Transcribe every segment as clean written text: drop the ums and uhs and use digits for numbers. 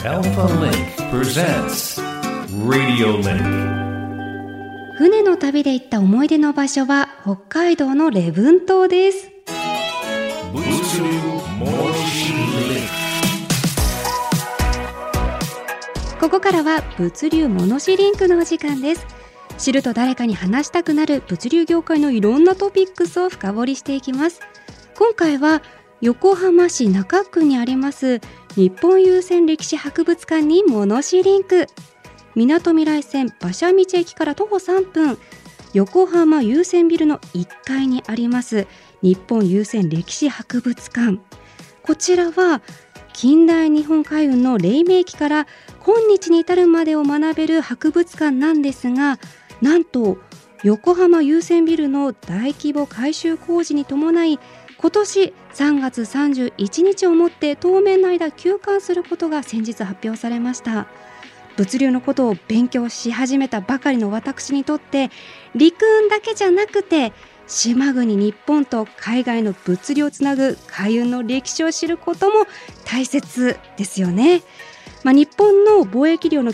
Alpha Link presents Radio Link。 船の旅で行った思い出の場所は北海道の礼文島です。ここからは物流モノシリンクのお時間です。知ると誰かに話したくなる物流業界のいろんなトピックスを深掘りしていきます。今回は横浜市中区にあります日本郵船歴史博物館にモノシリンク。みなとみらい線馬車道駅から徒歩3分、横浜郵船ビルの1階にあります日本郵船歴史博物館。こちらは近代日本海運の黎明期から今日に至るまでを学べる博物館なんですが、なんと横浜郵船ビルの大規模改修工事に伴い、今年3月31日をもって当面の間休館することが先日発表されました。物流のことを勉強し始めたばかりの私にとって、陸運だけじゃなくて島国日本と海外の物流をつなぐ海運の歴史を知ることも大切ですよね。日本の貿易量の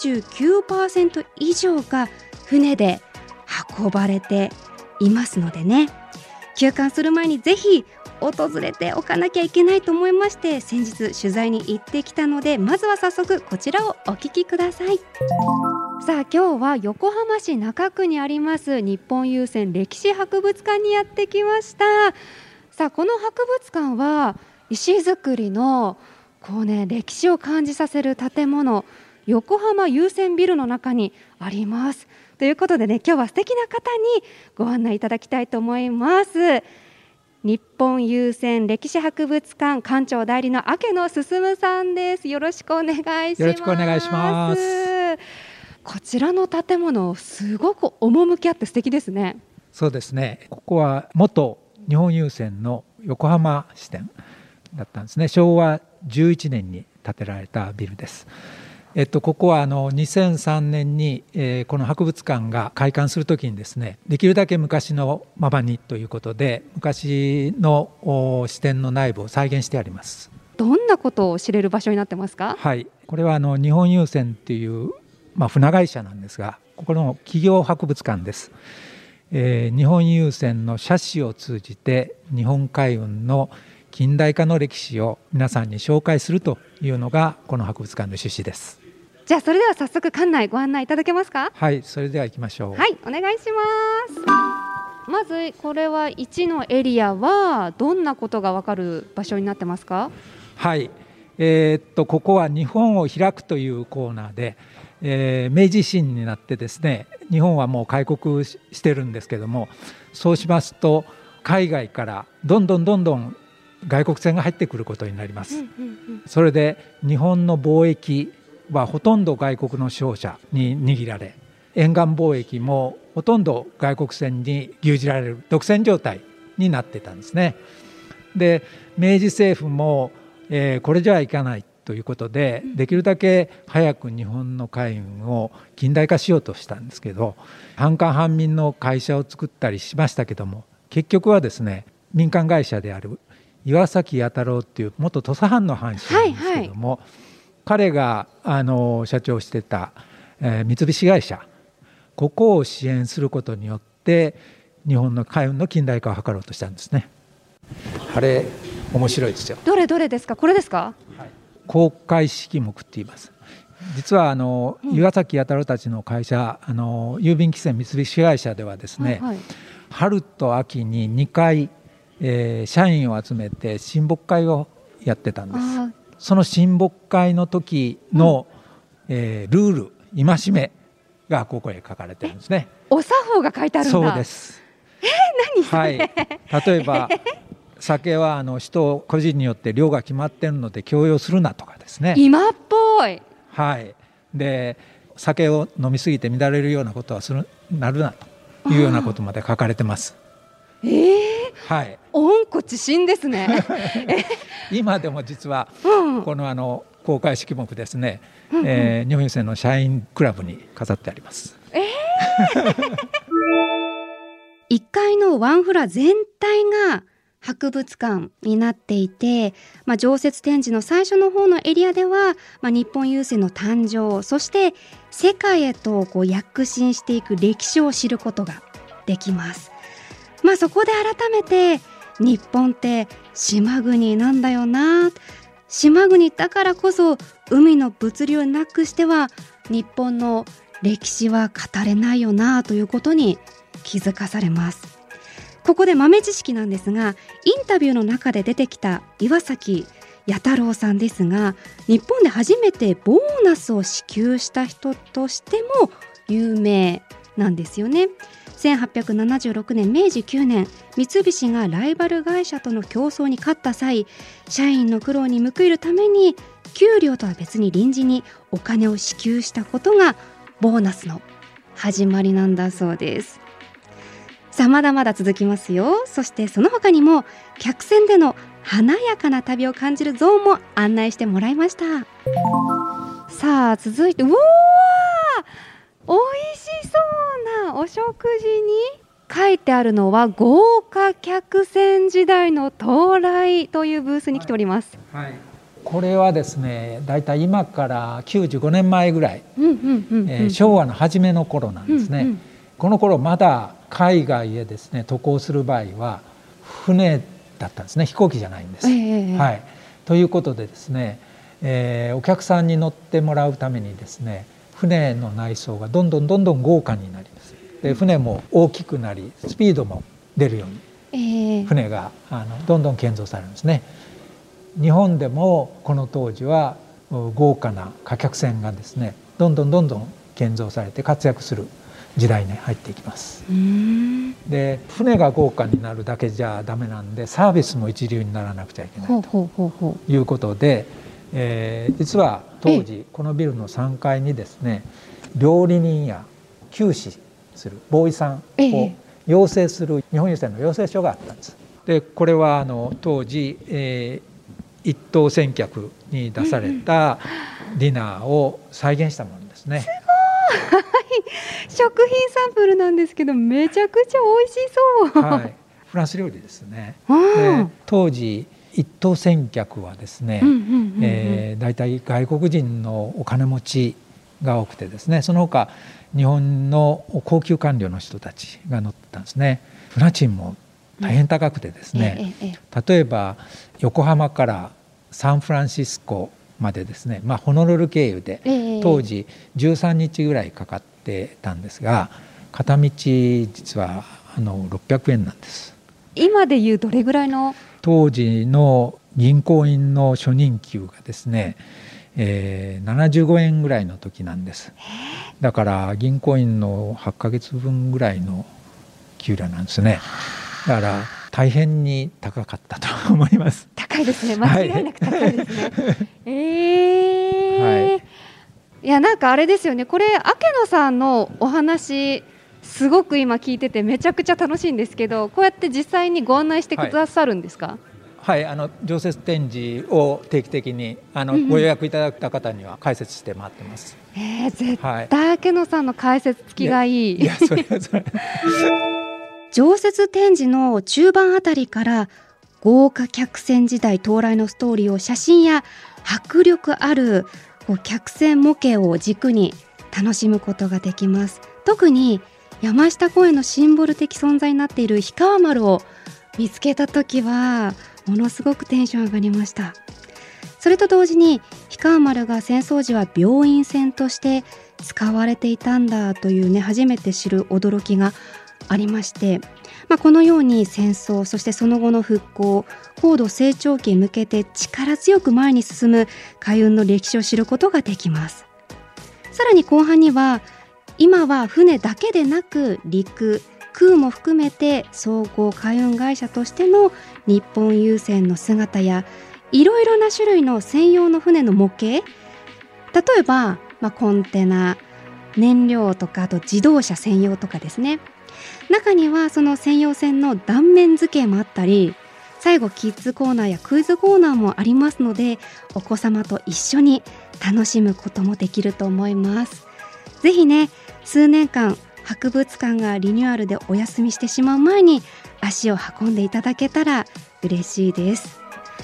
99% 以上が船で運ばれていますのでね、休館する前にぜひ訪れておかなきゃいけないと思いまして、先日取材に行ってきたので、まずは早速こちらをお聞きください。さあ、今日は横浜市中区にあります日本郵船歴史博物館にやってきました。さあ、この博物館は石造りの歴史を感じさせる建物、横浜郵船ビルの中にあります。ということでね、今日は素敵な方にご案内いただきたいと思います。日本郵船歴史博物館館長代理の明野進さんです。よろしくお願いします。 よろしくお願いします。 こちらの建物すごく趣あって素敵ですね。 そうですね、ここは元日本郵船の横浜支店だったんですね。昭和11年に建てられたビルです。ここは2003年に、この博物館が開館するときにですね、できるだけ昔のままにということで、昔の支店の内部を再現してあります。 どんなことを知れる場所になってますか？ はい、これは日本郵船っていう、船会社なんですが、ここの企業博物館です。日本郵船の社史を通じて日本海運の近代化の歴史を皆さんに紹介するというのがこの博物館の趣旨です。 じゃあそれでは早速館内ご案内いただけますか？ はい、それでは行きましょう。 はい、お願いします。まずこれは1のエリアはどんなことが分かる場所になってますか？ はい、ここは日本を開くというコーナーで、明治維新になってですね、日本はもう開国してるんですけども、そうしますと海外からどんどん外国船が入ってくることになります。それで日本の貿易はほとんど外国の商社に握られ、沿岸貿易もほとんど外国船に牛耳られる独占状態になってたんですね。で、明治政府も、これじゃいかないということで、できるだけ早く日本の海運を近代化しようとしたんですけど、半官半民の会社を作ったりしましたけども、結局はですね、民間会社である岩崎弥太郎っていう元土佐藩の藩士なんですけども、彼が社長してた、三菱会社、ここを支援することによって日本の海運の近代化を図ろうとしたんですね。あれ面白いですよ。 どれですか？これですか？ はい、公開式目って言います。実は岩崎弥太郎たちの会社、郵便汽船三菱会社ではですね、春と秋に2回、社員を集めて親睦会をやってたんです。その親睦会の時の、ルール、戒めがここへ書かれてるんですね。 お作法が書いてあるんだ。 そうです。 何それ？ はい、例えば酒は人個人によって量が決まっているので強要するなとかですね。 今っぽい。 はい。で、酒を飲みすぎて乱れるようなことはなるなというようなことまで書かれてます。はい、 温故知新ですね。 今でも実はこの公開式目ですね、日本郵船の社員クラブに飾ってあります。 1階のワンフロア全体が博物館になっていて、常設展示の最初の方のエリアでは、日本郵船の誕生、そして世界へと躍進していく歴史を知ることができます。そこで改めて日本って島国なんだよな、島国だからこそ海の物流なくしては日本の歴史は語れないよなということに気づかされます。ここで豆知識なんですが、インタビューの中で出てきた岩崎弥太郎さんですが、日本で初めてボーナスを支給した人としても有名なんですよね。1876年明治9年、三菱がライバル会社との競争に勝った際、社員の苦労に報いるために給料とは別に臨時にお金を支給したことがボーナスの始まりなんだそうです。さあ、まだまだ続きますよ。そしてその他にも客船での華やかな旅を感じるゾーンも案内してもらいました。さあ、続いて、うわー、美味しそうなお食事に書いてあるのは豪華客船時代の到来というブースに来ております。 はい、これはですね、だいたい今から95年前ぐらい、昭和の初めの頃なんですね。この頃まだ海外へですね渡航する場合は船だったんですね。飛行機じゃないんです。はい、ということでですね、お客さんに乗ってもらうためにですね、船の内装がどんどん豪華になります。で、船も大きくなりスピードも出るように、船がどんどん建造されるんですね。日本でもこの当時は豪華な貨客船がですねどんどん建造されて活躍する時代に入っていきます。で、船が豪華になるだけじゃダメなんで、サービスも一流にならなくちゃいけないということで、実は当時このビルの3階にですね、料理人や給仕するボーイさんを養成する日本郵船の養成所があったんです。で、これは当時、一等船客に出されたディナーを再現したものですね。 食品サンプルなんですけど、めちゃくちゃ美味しそう。 はい、フランス料理ですね。で、当時一等船客はですね、だいたい外国人のお金持ちが多くてですね、その他日本の高級官僚の人たちが乗ってたんですね。船賃も大変高くてですね、例えば横浜からサンフランシスコまでですね、ホノルル経由で当時13日ぐらいかかってたんですが、片道実は600円なんです。 今でいうどれぐらいの？ 当時の銀行員の初任給がですね、75円ぐらいの時なんです。だから銀行員の8ヶ月分ぐらいの給料なんですね。だから大変に高かったと思います。 高いですね。間違いなく高いですね。はい。いや、なんかあれですよね。これ明野さんのお話すごく今聞いててめちゃくちゃ楽しいんですけど、こうやって実際にご案内してくださるんですか？ はい、常設展示を定期的にご予約いただいた方には解説して回ってます。 絶対明野さんの解説付きがいい。 いや、それ常設展示の中盤あたりから豪華客船時代到来のストーリーを写真や迫力ある客船模型を軸に楽しむことができます。特に山下公園のシンボル的存在になっている氷川丸を見つけた時はものすごくテンション上がりました。それと同時に氷川丸が戦争時は病院船として使われていたんだというね、初めて知る驚きがありまして、このように戦争、そしてその後の復興、高度成長期へ向けて力強く前に進む海運の歴史を知ることができます。さらに後半には、今は船だけでなく陸、空も含めて総合海運会社としての日本郵船の姿や、いろいろな種類の専用の船の模型、例えば、コンテナ、燃料とか、あと自動車専用とかですね。中にはその専用船の断面図形もあったり、最後キッズコーナーやクイズコーナーもありますので、お子様と一緒に楽しむこともできると思います。ぜひね、数年間博物館がリニューアルでお休みしてしまう前に足を運んでいただけたら嬉しいです。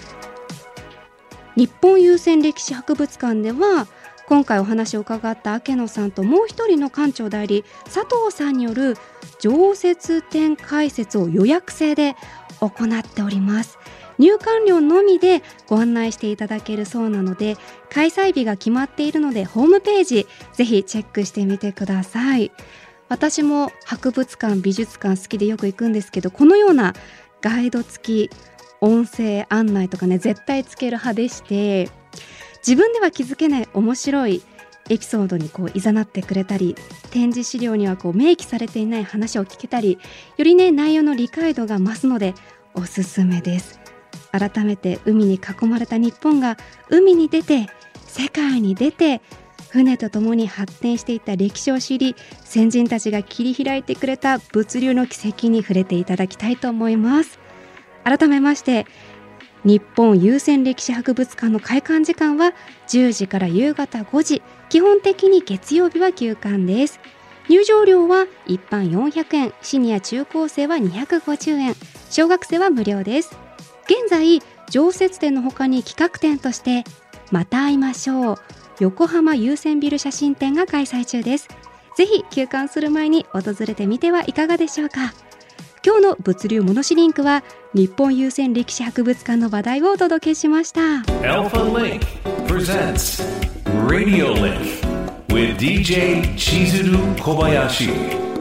日本郵船歴史博物館では今回お話を伺った明野さんともう一人の館長代理佐藤さんによる常設展解説を予約制で行っております。入館料のみでご案内していただけるそうなので、開催日が決まっているのでホームページぜひチェックしてみてください。私も博物館美術館好きでよく行くんですけど、このようなガイド付き音声案内とかね絶対つける派でして、自分では気づけない面白いエピソードにこう誘ってくれたり、展示資料にはこう明記されていない話を聞けたり、よりね内容の理解度が増すのでおすすめです。改めて海に囲まれた日本が海に出て世界に出て船とともに発展していった歴史を知り、先人たちが切り開いてくれた物流の軌跡に触れていただきたいと思います。改めまして日本郵船歴史博物館の開館時間は10時から夕方5時、基本的に月曜日は休館です。入場料は一般400円、シニア中高生は250円、小学生は無料です。現在常設展の他に企画展としてまた会いましょう横浜郵船ビル写真展が開催中です。ぜひ休館する前に訪れてみてはいかがでしょうか。今日の物流モノシリンクは日本郵船歴史博物館の話題をお届けしました。 Alpha Link presents Radio Link with DJ Chizuru Kobayashi.